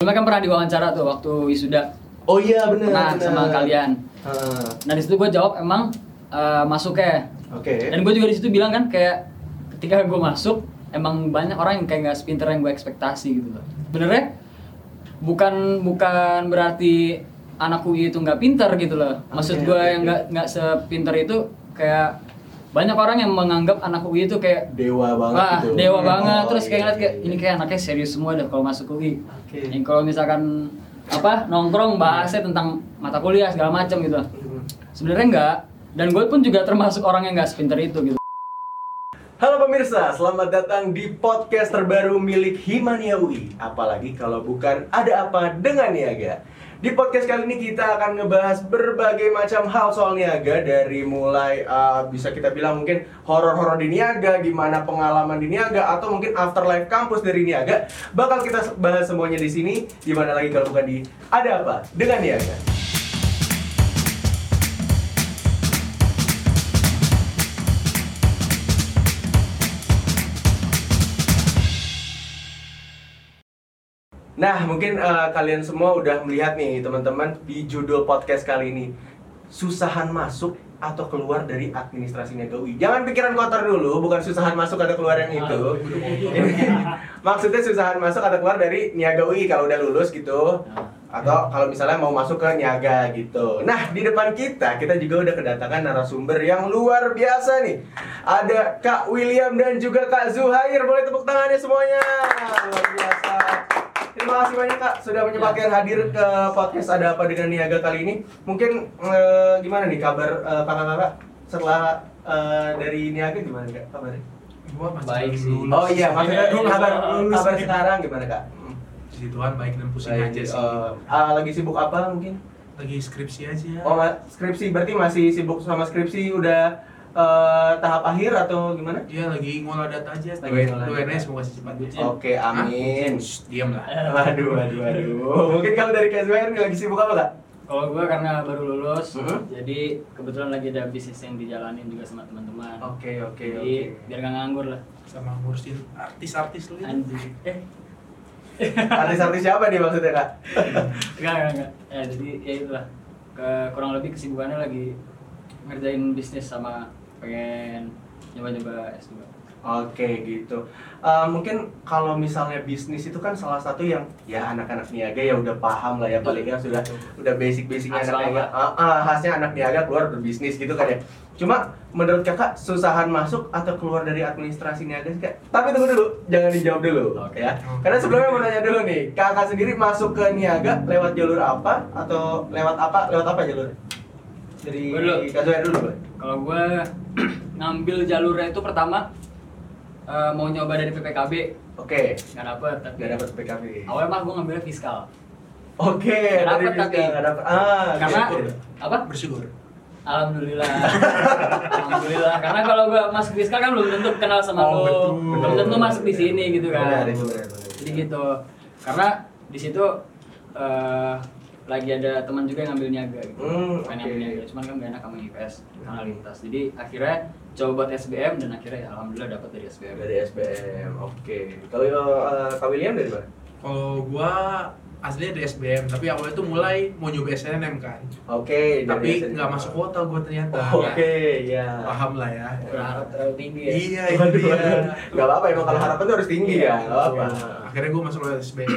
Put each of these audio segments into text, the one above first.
sebelumnya kan pernah diwawancara tuh waktu wisuda. Oh iya benar. Nah, sama kalian. Nah di situ gue jawab emang masuknya. Oke. Dan gue juga di situ bilang kan kayak ketika gue masuk emang banyak orang yang kayak nggak sepinter yang gue ekspektasi gitu loh. Sebenarnya bukan berarti anak UI itu nggak pinter gitu loh. Maksud gue yang nggak sepinter itu kayak banyak orang yang menganggap anak UI itu kayak dewa banget gitu. Dewa banget. Terus kayak ngeliat kayak ini kayak anaknya serius semua dah kalau masuk UI. Yang kalau misalkan nongkrong bahasnya tentang mata kuliah segala macam gitu. Sebenarnya enggak. Dan gue pun juga termasuk orang yang nggak sepinter itu gitu. Halo pemirsa, selamat datang di podcast terbaru milik Himania UI. Apalagi kalau bukan Ada Apa Dengan Niaga. Di podcast kali ini kita akan ngebahas berbagai macam hal soal niaga. Dari mulai bisa kita bilang mungkin horor-horor di niaga, gimana pengalaman di niaga, atau mungkin afterlife kampus dari niaga. Bakal kita bahas semuanya di sini. Gimana lagi kalau bukan di Ada Apa Dengan Niaga. Nah, mungkin kalian semua udah melihat nih teman-teman di judul podcast kali ini, susahan masuk atau keluar dari administrasi niaga UI. Jangan pikiran kotor dulu, bukan susahan masuk atau keluar yang itu. Maksudnya susahan masuk atau keluar dari niaga UI kalau udah lulus gitu. Atau kalau misalnya mau masuk ke niaga gitu. Nah, di depan kita juga udah kedatangan narasumber yang luar biasa nih. Ada Kak William dan juga Kak Zuhair. Boleh tepuk tangannya semuanya. Luar biasa. Terima kasih banyak Kak sudah menyempatkan hadir ke podcast Ada Apa Dengan Niaga kali ini. Mungkin gimana nih kabar kakak-kakak setelah dari niaga gimana Kak kabarnya? Gua masih Baik sih. lulus. Oh iya, maksudnya kabar lulus sekarang gimana Kak? Puji Tuhan baik dan pusing aja sih. Lagi sibuk apa mungkin? Lagi skripsi aja. Oh skripsi, berarti masih sibuk sama skripsi udah tahap akhir atau gimana? Iya lagi ngolah data aja. Lagi ngolah Doain data. aja semoga secepatnya. Oke, amin. Diam lah. Waduh. Mungkin kalau dari Kak Zuhair lagi sibuk apa Kak? Kalau gue karena baru lulus, jadi kebetulan lagi ada bisnis yang dijalanin juga sama teman-teman. Oke. Jadi biar nggak nganggur lah. Sama ngurusin artis-artis lu. Anjir. Artis-artis siapa nih maksudnya Kak? Enggak. Jadi ya itulah. Kurang lebih kesibukannya lagi ngerjain bisnis sama pengen nyoba-nyoba S2. Oke gitu. Mungkin kalau misalnya bisnis itu kan salah satu yang ya anak-anak niaga ya udah paham lah ya, paling nggak udah basic-basicnya anak niaga. Khasnya anak niaga keluar berbisnis gitu kan ya. Cuma menurut kakak susahan masuk atau keluar dari administrasi niaga sih Kak? Tapi tunggu dulu, jangan dijawab dulu. Oke. Ya. Karena sebelumnya mau nanya dulu nih, kakak sendiri masuk ke niaga lewat jalur apa atau lewat apa jalur? Dari Kak Zuhair dulu boleh? Kalau gue ngambil jalurnya itu pertama mau nyoba dari PPKB. Oke. Nggak dapet. Nggak dapet PKB. Awalnya mah gue ngambilnya fiskal. Oke. Nggak dari dapet tapi. nggak dapet. Karena gitu. apa? Bersyukur. Alhamdulillah. Karena kalau gue masuk fiskal kan belum tentu kenal sama lo. Belum tentu masuk di sini gitu kan. Benar. Jadi gitu. Karena di situ lagi ada teman juga yang ngambil niaga gitu. Pengen ngambil niaga, cuman kan gak enak sama IPS karena lintas. Jadi akhirnya coba buat SBM dan akhirnya ya alhamdulillah dapat dari SBM. Dari SBM. Oke. Kalau Kak William dari mana? Kalau gua aslinya dari SBM, tapi awalnya tuh mulai mau nyoba SNM kan. Oke. Tapi nggak masuk kuota gua ternyata. Oke, ya. Paham lah ya. Berharap terlalu tinggi ya. Iya, itu dia. Gak apa-apa, emang kalau harapan tuh harus tinggi ya. Gak apa-apa. Akhirnya gua masuk lewat SBM.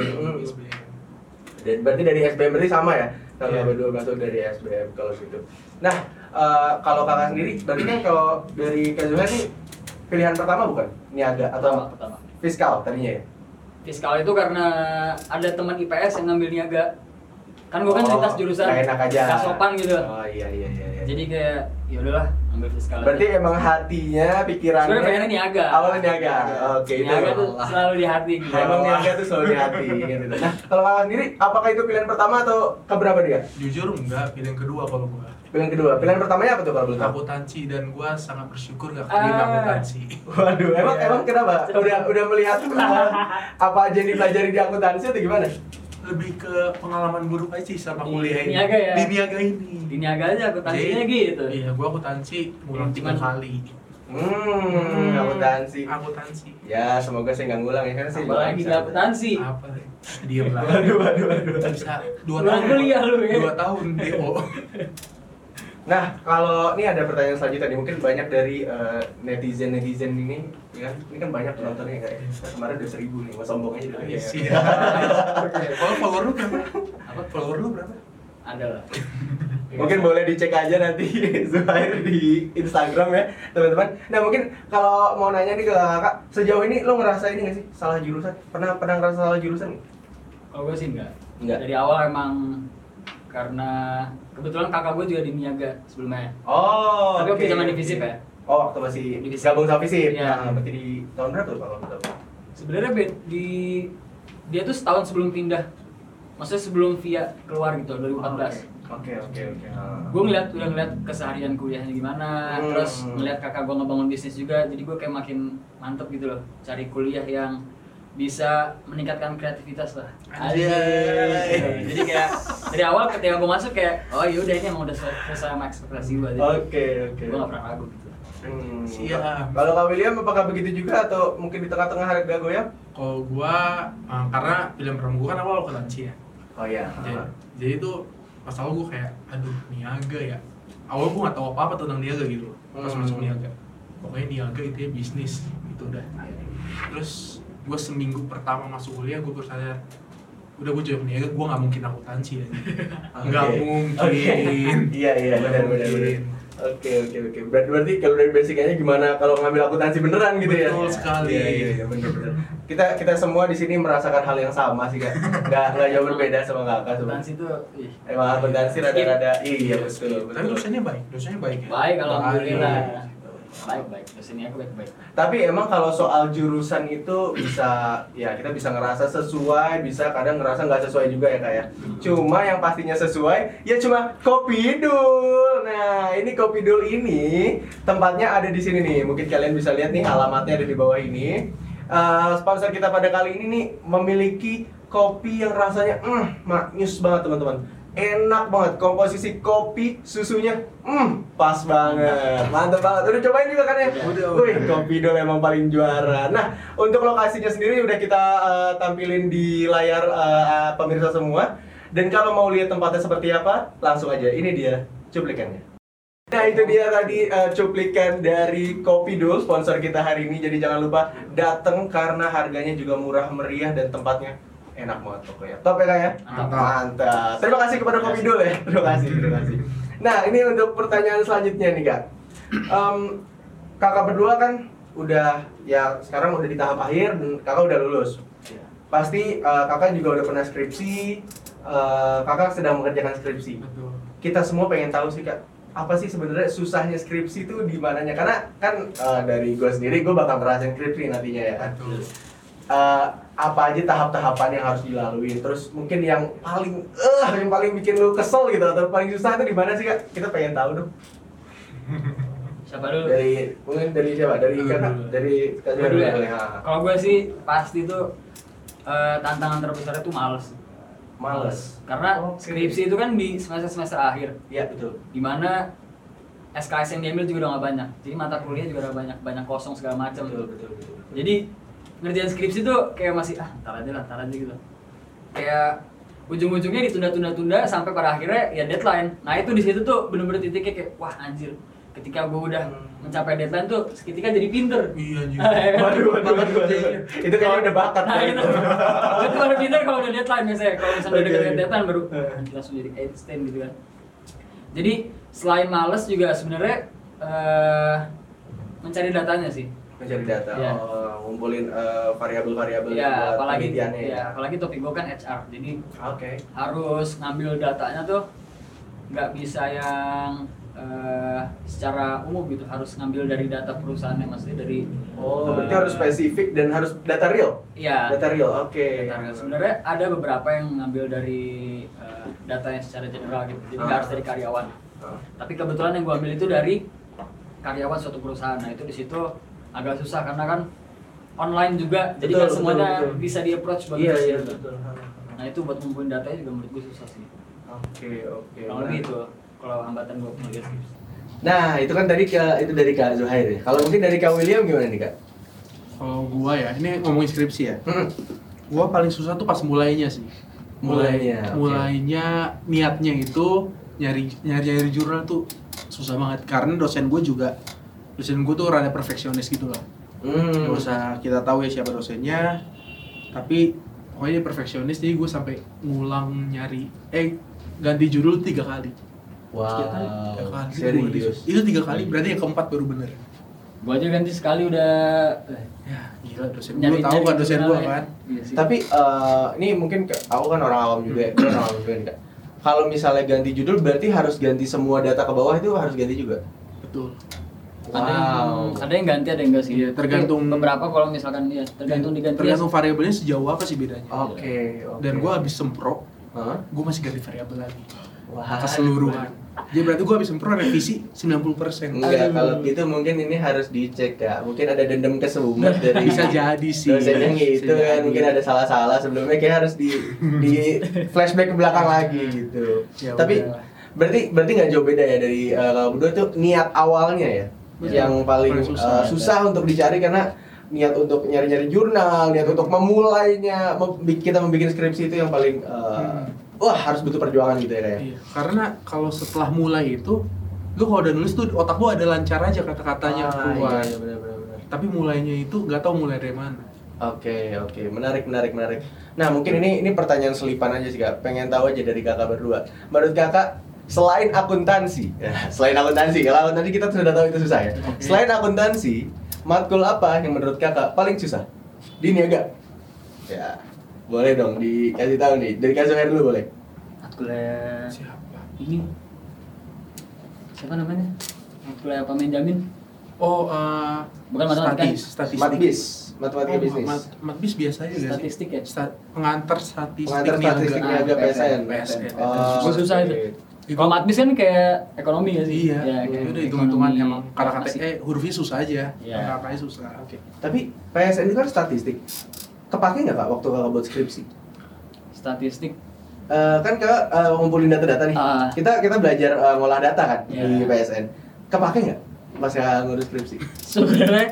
Dan berarti dari SBM berarti sama ya? Kalau berdua masuk dari SBM kalau gitu. Nah, kalau kakak sendiri, berarti kan kalau dari Kak Zuhair nih pilihan pertama bukan? Niaga atau Pertama. fiskal tadinya ya? Fiskal itu karena ada teman IPS yang ngambil niaga. Kan gue kan lintas jurusan. Gak enak aja. Gak sopan gitu. Oh iya. Jadi kayak ya udahlah ambil fiskal. Berarti emang hatinya, pikirannya sebenarnya pengennya niaga. Awalnya niaga. Oke, itu. Niaga tuh selalu di hati gitu. Emang niaga tuh selalu di hati gitu. Nah, kalau kakak sendiri apakah itu pilihan pertama atau keberapa dia? Jujur enggak, pilihan kedua kalau gua. Pilihan kedua. Pilihan pertamanya apa tuh kalau boleh tahu? Akuntansi, dan gua sangat bersyukur nggak keterima akuntansi. Waduh, emang kenapa? Udah melihat apa aja yang dipelajari di akuntansi atau gimana? Lebih ke pengalaman buruk aja sih sama kuliah ini. Niaga ya? Di niaga ini. Di niaga aja akuntansinya Jadi, gitu. Iya, gua akuntansi ngulang 3 Cuman- kali. Akuntansi. Akuntansi. Ya, semoga saya nggak ngulang ya, karena saya juga Apalagi bisa. nggak akuntansi. Apa? Diam lah. Waduh. Bisa 2 Ulang tahun. kuliah lu ya. 2 tahun DO. Nah, kalau ini ada pertanyaan selanjutnya nih, mungkin banyak dari netizen ini, ya kan? Ini kan banyak penontonnya kayak kemarin udah 1000 nih, mau sombong aja dulu ya. Kalau follower lu berapa? Follower lu berapa? Ada lah. Mungkin boleh dicek aja nanti Zuhair di Instagram ya, teman-teman. Nah, mungkin kalau mau nanya nih ke kakak, sejauh ini lo ngerasa ini nggak sih salah jurusan? Pernah ngerasa salah jurusan nggak? Kalau gue sih enggak. Enggak. Dari awal emang karena kebetulan kakak gue juga di niaga sebelumnya. Oh, Tapi waktu zaman di FISIP ya. Oh, waktu masih Divisi. gabung sama FISIP. Iya. Nah, berarti di tahun berapa tuh kalau tahu? Sebenarnya dia tuh setahun sebelum pindah. Maksudnya sebelum via keluar gitu 2014. Oke. Gue udah ngeliat keseharian kuliahnya gimana, terus ngeliat kakak gue ngebangun bisnis juga, jadi gue kayak makin mantep gitu loh, cari kuliah yang bisa meningkatkan kreativitas lah. Anjay. Jadi kayak dari awal ketika gue masuk kayak, oh yaudah ini emang udah sesuai sama ekspektasi gue, jadi Oke. gue gak pernah ragu gitu. Siap. Kalau Kak William apakah begitu juga atau mungkin di tengah-tengah harga goyang? Kalau gua karena pilihan pertama gua kan awal akuntansi ya. Oh iya. Jadi itu pas awal gua kayak aduh niaga ya. Awal gua nggak tahu apa-apa tentang niaga gitu loh. Pas masuk niaga. Pokoknya niaga itu ya bisnis gitu udah. Terus gua seminggu pertama masuk kuliah gua baru sadar udah gua jawab niaga gua nggak mungkin akuntansi ya. Nggak mungkin. Iya benar. Oke. Berarti kalau dari basicnya gimana kalau ngambil akuntansi beneran gitu ya? Betul sekali. Iya benar. Kita semua di sini merasakan hal yang sama sih Kak. Nggak jauh berbeda sama Kakak sebenarnya. Akuntansi tuh, Emang akuntansi rada-rada iya betul. Tapi dosennya baik ya. baik alhamdulillah. Baik, dosennya aku baik. Tapi emang kalau soal jurusan itu bisa ya kita bisa ngerasa sesuai, bisa kadang ngerasa nggak sesuai juga ya Kak ya. Cuma yang pastinya sesuai ya cuma Kopidul. Nah, ini Kopidul ini tempatnya ada di sini nih. Mungkin kalian bisa lihat nih alamatnya ada di bawah ini. Sponsor kita pada kali ini nih memiliki kopi yang rasanya maknyus banget teman-teman. Enak banget, komposisi kopi, susunya pas banget, mantap banget. Udah cobain juga kan ya? Udah. Wih, Kopidul emang paling juara. Nah, untuk lokasinya sendiri udah kita tampilin di layar pemirsa semua. Dan kalau mau lihat tempatnya seperti apa, langsung aja. Ini dia cuplikannya. Nah, itu dia tadi cuplikan dari Kopidul, sponsor kita hari ini. Jadi jangan lupa datang karena harganya juga murah meriah dan tempatnya enak banget pokoknya. Top ya Kak ya? Mantap. Terima kasih kepada Kopidul ya. Terima kasih. Nah, ini untuk pertanyaan selanjutnya nih Kak. Kakak berdua kan udah ya sekarang udah di tahap akhir dan kakak udah lulus. Pasti kakak juga udah pernah skripsi, kakak sedang mengerjakan skripsi. Betul. Kita semua pengen tahu sih Kak, apa sih sebenarnya susahnya skripsi itu di mananya? Karena kan dari gue sendiri gue bakal ngerasain skripsi nantinya ya kan. Betul. Apa aja tahap-tahapan yang harus dilalui, terus mungkin yang paling bikin lu kesel gitu atau paling susah itu di mana sih Kak? Kita pengen tahu dong. Siapa dulu? Mungkin dari siapa? Dari kakak? Dari Kak Zuhair Dulu ya? boleh. Kalau gue sih pasti tuh tantangan terbesar itu males. Karena skripsi itu kan di semester akhir. Iya betul. Dimana SKS yang diambil juga udah gak banyak. Jadi mata kuliah juga udah banyak kosong segala macam. Betul. Jadi ngerjain skripsi tuh kayak masih ntar aja gitu. Kayak ujung-ujungnya ditunda sampai pada akhirnya ya deadline. Nah itu di situ tuh bener-bener titiknya kayak wah anjir. Ketika gue udah mencapai deadline tuh seketika jadi pinter. Iya anjir. Waduh. Itu kayaknya udah bakat. Nah itu. Gue tuh baru pinter kalau udah deadline biasanya. Kalau misalnya udah Oke. deket deadline baru langsung jadi Einstein gitu kan. Jadi selain males juga sebenarnya mencari datanya sih. Mencari data, Iya. ngumpulin variabel-variabel Ya, buat penelitiannya ya. apalagi topik gue kan HR. Jadi Oke. harus ngambil datanya tuh nggak bisa yang secara umum gitu, harus ngambil dari data perusahaannya, maksudnya dari Berarti harus spesifik dan harus data real. iya Data real, oke. data real. Sebenarnya ada beberapa yang ngambil dari datanya secara general gitu, jadi nggak harus dari karyawan. Tapi kebetulan yang gue ambil itu dari karyawan suatu perusahaan. Nah itu di situ agak susah karena kan online juga, jadi Betul, kan semuanya betul. bisa di approach buat Iya, ngasih iya, gitu. betul. Nah itu buat ngumpulin datanya juga menurut gue susah sih. Oke. Kalau lebih itu kalau hambatan gue ngeliat skripsi. Nah, itu kan dari dari Kak Zuhair ya. Kalau mungkin dari Kak William gimana nih, Kak? Kalau gua ya, ini ngomongin skripsi ya. Hmm. Gua paling susah tuh pas mulainya sih. Mulainya, oke. Mulainya niatnya itu nyari jurnal tuh susah banget karena dosen gue tuh rada perfeksionis gitu lah. Gak usah kita tahu ya siapa dosennya, tapi pokoknya dia perfeksionis, jadi gue sampai ngulang ganti judul 3 kali. Wow, 3 kali serius? itu 3 kali, berarti yang keempat baru bener. Gua aja ganti sekali udah Ya gila, dosen gue tahu kan dosen gue kan. Iya sih. Tapi ini mungkin aku kan orang awam juga ya, orang awam juga nih, Kak. Kalau misalnya ganti judul berarti harus ganti semua data ke bawah, itu harus ganti juga. Betul. Ada yang ganti, ada yang enggak sih. Iya, tergantung beberapa kalau misalkan tergantung diganti. Tergantung variabelnya sejauh apa sih bedanya. Oke. Dan gue habis sempro, Hah? gue masih ganti variabel lagi. Wah, Keseluruhan. Jadi berarti gue habis sempro revisi 90%. Enggak, kalau gitu mungkin ini harus dicek, Kak. Mungkin ada dendam kesumat dari Bisa jadi sih. dosennya gitu Bisa kan, jadi. mungkin ada salah-salah sebelumnya, kayak harus di flashback ke belakang lagi gitu. Ya Tapi udah. berarti nggak jauh beda ya dari kalau berdua tuh niat awalnya ya, Betul. yang paling Paling susah untuk dicari, karena niat untuk nyari-nyari jurnal, niat untuk memulainya, kita membuat skripsi itu yang paling wah, harus butuh perjuangan gitu ya, kayak. Iya, karena kalau setelah mulai itu, lu kalau udah nulis tuh otak lu ada lancar aja kata-katanya keluar. Iya, benar. Tapi mulainya itu nggak tahu mulai dari mana. Oke, menarik. Nah, mungkin ini pertanyaan selipan aja sih, Kak. Pengen tahu aja dari Kakak berdua. Menurut Kakak, selain akuntansi, kalau akuntansi kita sudah tahu itu susah ya. Oke. Selain akuntansi, matkul apa yang menurut Kakak paling susah di niaga? Ya, boleh dong dikasih tahu nih. Dari Kak Zuhair dulu boleh. Matkulnya Siapa? ini siapa namanya? Matkulnya Pak Menjamin. Oh, Bukan matematika. statistik. Matematika bisnis. Matbis biasa aja nggak sih? Statistik ya? Pengantar statistik Pengantar statistik niaga PSN. PSN. Gua susah itu. oke. Kalau matbis kan kayak ekonomi ya sih. Iya, kayak udah hitung-hitungan ekonomi, emang kata-kata masih. hurufnya susah aja. Iya. Kata-katanya susah. Oke. Tapi PSN itu kan statistik. Kepake nggak, Kak, waktu Kakak buat skripsi? Statistik. Kan Kakak ngumpulin data-data nih. Kita belajar ngolah data kan Iya. di PSN. Kepake nggak pas Kakak ngurus skripsi? Sebenarnya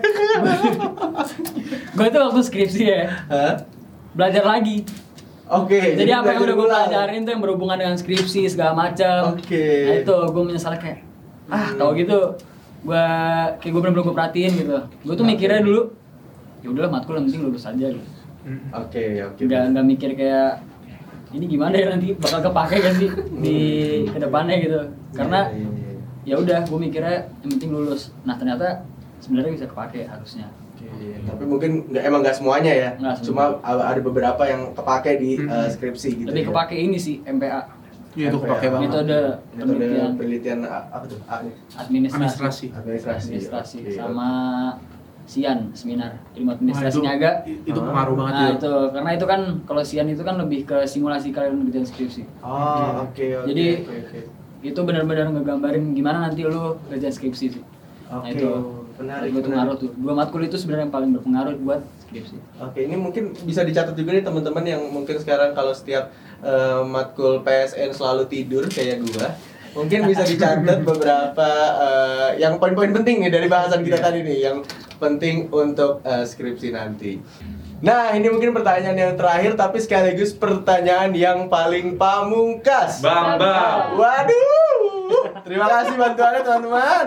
gue tuh waktu skripsi ya Hah? belajar lagi. Oke. Jadi apa yang udah gue ulang. pelajarin tuh yang berhubungan dengan skripsi segala macam. Oke. Nah itu gue menyesal kayak kalau gitu gue bener-bener gue perhatiin gitu. Gue tuh mikirnya dulu ya udahlah matkul yang penting lulus aja gitu. Oke. Nggak mikir kayak ini gimana ya nanti bakal kepake kan di kedepannya gitu. Karena Iya. ya udah gue mikirnya yang penting lulus. Nah ternyata sebenarnya bisa kepake harusnya. Tapi mungkin nggak semuanya ya. Nggak Cuma ada beberapa yang kepake di skripsi gitu. Lebih ya. kepake ini sih MPA, Iya, itu kepake banget. metode penelitian apa tuh? A nih. administrasi Administrasi. Oke. sama SIAN, seminar ilmu Wah, administrasi itu- niaga. Itu pengaruh banget Nah ya. itu karena itu kan kalau SIAN itu kan lebih ke simulasi kalian ngerjain skripsi. Oh, oke. Jadi, oke. Itu benar-benar ngegambarin gimana nanti lu ngerjain skripsi sih. Nah Oke, itu menarik, itu pengaruh tuh. Dua matkul itu sebenarnya yang paling berpengaruh buat skripsi. Oke, ini mungkin bisa dicatat juga nih teman-teman yang mungkin sekarang kalau setiap matkul PSN selalu tidur kayak gua. Mungkin bisa dicatat beberapa yang poin-poin penting nih dari bahasan kita tadi nih, yang penting untuk skripsi nanti. Nah, ini mungkin pertanyaan yang terakhir tapi sekaligus pertanyaan yang paling pamungkas. Bambang. Waduh. Terima kasih bantuannya, teman-teman.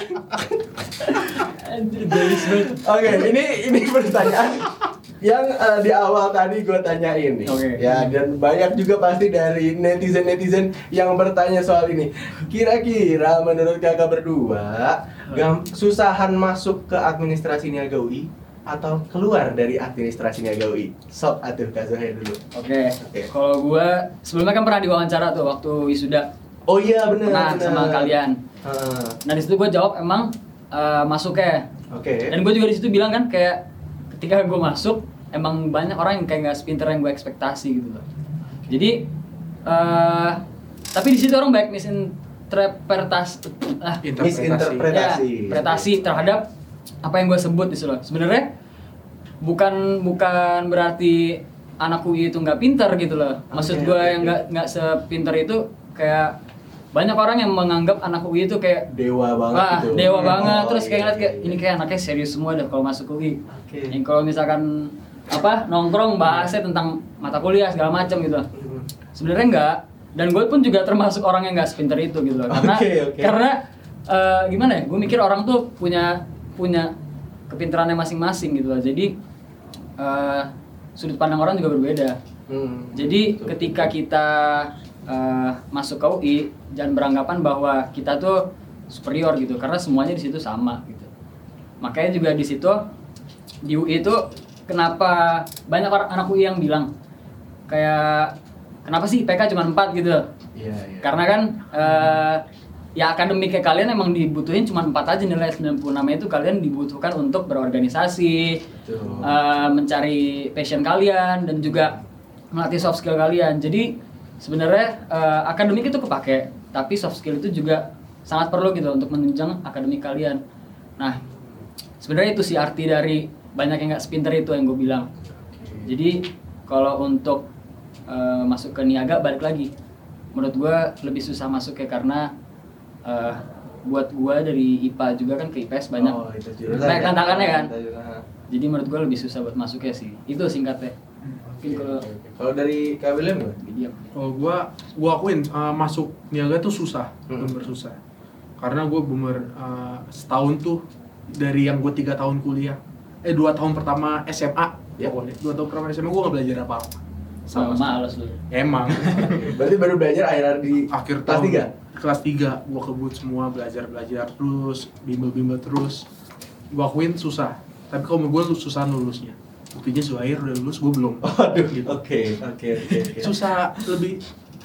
Anjir gelis banget. Oke, ini pertanyaan yang di awal tadi gue tanyain nih. Oke. Ya, dan banyak juga pasti dari netizen yang bertanya soal ini. Kira-kira menurut kakak berdua, susahan masuk ke administrasi niaga UI atau keluar dari administrasi niaga UI? Sok atuh Kak Zuhair dulu. Oke. Kalau gua sebelumnya kan pernah diwawancara tuh waktu wisuda. Oh iya benar. Pernah sama kalian. Heeh. Nah di situ gue jawab emang masuknya. Oke. Dan gue juga di situ bilang kan kayak ketika gue masuk emang banyak orang yang kayak nggak sepinter yang gue ekspektasi gitu loh. Jadi tapi di situ orang banyak interpretasi terhadap apa yang gue sebut di situ loh. Sebenarnya bukan berarti anak UI itu nggak pinter gitu loh. Maksud gue yang nggak sepinter itu kayak banyak orang yang menganggap anak UI itu kayak Dewa banget gitu. dewa banget, Oh, terus kayak ngeliat kayak iya. ini kayak anaknya serius semua deh kalau masuk UI. Oke. Yang kalau misalkan nongkrong bahasnya tentang mata kuliah segala macam gitu. Sebenarnya enggak, dan gue pun juga termasuk orang yang nggak sepinter itu gitu loh. Karena gimana ya, gue mikir orang tuh punya kepintarannya masing-masing gitu loh. Jadi sudut pandang orang juga berbeda. Jadi ketika kita masuk ke UI, jangan beranggapan bahwa kita tuh superior gitu, karena semuanya di situ sama gitu. Makanya juga di situ di UI itu kenapa banyak anak UI yang bilang kayak kenapa sih IPK cuma 4 gitu? Iya. Karena kan ya akademiknya kalian emang dibutuhin cuma 4 aja, nilai 96 itu kalian dibutuhkan untuk berorganisasi, Betul. mencari passion kalian dan juga melatih soft skill kalian. Jadi sebenarnya akademik itu kepake, tapi soft skill itu juga sangat perlu gitu untuk menunjang akademik kalian. Nah, sebenarnya itu sih arti dari banyak yang nggak sepinter itu yang gue bilang. Jadi kalau untuk masuk ke niaga, balik lagi, menurut gue lebih susah masuk ya, karena buat gue dari IPA juga kan ke IPS banyak banyak tantangannya kan. Jadi menurut gue lebih susah buat masuknya sih. Itu singkatnya. Mungkin Kalau dari Kak William gimana? medium. Oh, gua akuin masuk niaga tuh susah, bener susah. Karena gue bener setahun tuh dari yang gue 3 tahun kuliah, 2 tahun pertama SMA, Ya. pokoknya 2 tahun pertama SMA gue nggak belajar apa-apa. Sama males lu. Emang. Berarti baru belajar akhir di Akhir kelas tahun 3? Kelas 3 gue kebut semua, belajar terus, bimbel terus. Gue akuin susah. Tapi kalau gue susah lulusnya. Buktinya Zuhair udah lulus, gue belum. Aduh, Gitu. oke. Susah lebih.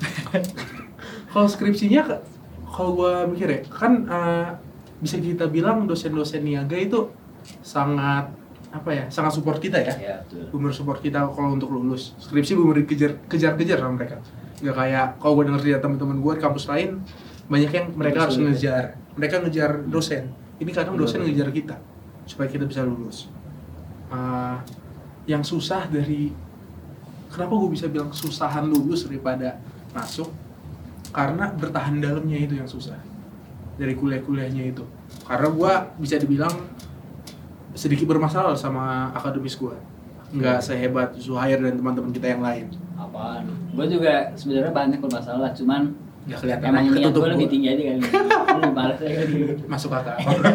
Kalau skripsinya, kalau gue mikir ya, kan bisa kita bilang dosen-dosen niaga itu sangat sangat support kita ya. Iya, betul. Bener support kita kalau untuk lulus. Skripsi bener kejar-kejar sama mereka. Gak kayak kalau gue denger dari teman-teman gue di kampus lain, banyak yang mereka harus ngejar. Mereka ngejar dosen. Ini kadang dosen ngejar kita supaya kita bisa lulus. Yang susah dari kenapa gue bisa bilang susahan lulus daripada masuk, karena bertahan dalamnya itu yang susah dari kuliah-kuliahnya itu. Karena gue bisa dibilang sedikit bermasalah sama akademis gue, nggak sehebat Zuhair dan teman-teman kita yang lain. Apaan? Gue juga sebenarnya banyak bermasalah, cuman Nggak kelihatan emang aja, niat ketutup gue lebih gua. tinggi aja kali. Gue lebih males aja kali. Masuk akal.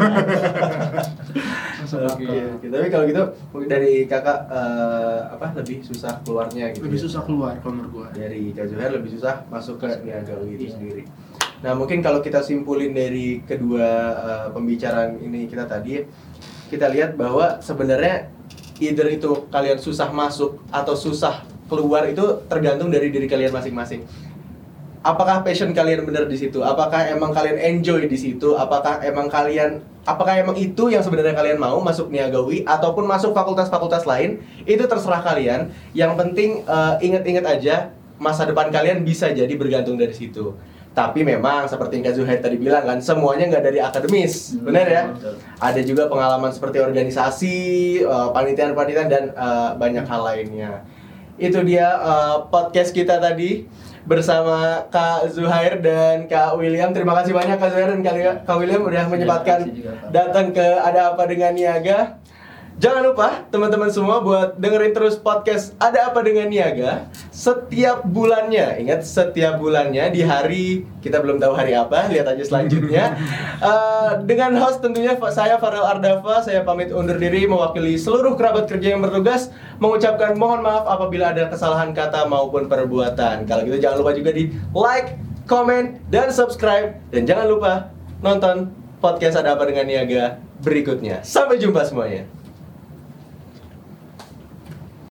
Masuk Oke, akal. tapi kalau gitu mungkin dari kakak lebih susah keluarnya gitu. Lebih ya? susah keluar kalau menurut gue. Dari Kak Zuhair lebih susah masuk ke niaga UI itu sendiri. Nah, mungkin kalau kita simpulin dari kedua pembicaraan ini kita tadi, kita lihat bahwa sebenarnya either itu kalian susah masuk atau susah keluar itu tergantung dari diri kalian masing-masing. Apakah passion kalian benar di situ? Apakah emang kalian enjoy di situ? Apakah emang itu yang sebenarnya kalian mau masuk niaga UI ataupun masuk fakultas-fakultas lain? Itu terserah kalian. Yang penting ingat-ingat aja, masa depan kalian bisa jadi bergantung dari situ. Tapi memang seperti yang Kak Zuhair tadi bilang kan, semuanya nggak dari akademis, benar ya? Betul. Ada juga pengalaman seperti organisasi, panitian-panitian dan banyak hal lainnya. Itu dia podcast kita tadi bersama Kak Zuhair dan Kak William. Terima kasih banyak Kak Zuhair dan Kak William udah menyempatkan kasih juga, Pak. datang ke Ada Apa Dengan Niaga. Jangan lupa teman-teman semua buat dengerin terus podcast Ada Apa Dengan Niaga setiap bulannya. Ingat, setiap bulannya di hari, kita belum tahu hari apa, lihat aja selanjutnya. Dengan host tentunya saya Farel Ardafa. Saya pamit undur diri mewakili seluruh kerabat kerja yang bertugas, mengucapkan mohon maaf apabila ada kesalahan kata maupun perbuatan. Kalau gitu jangan lupa juga di like, comment, dan subscribe. Dan jangan lupa nonton podcast Ada Apa Dengan Niaga berikutnya. Sampai jumpa semuanya.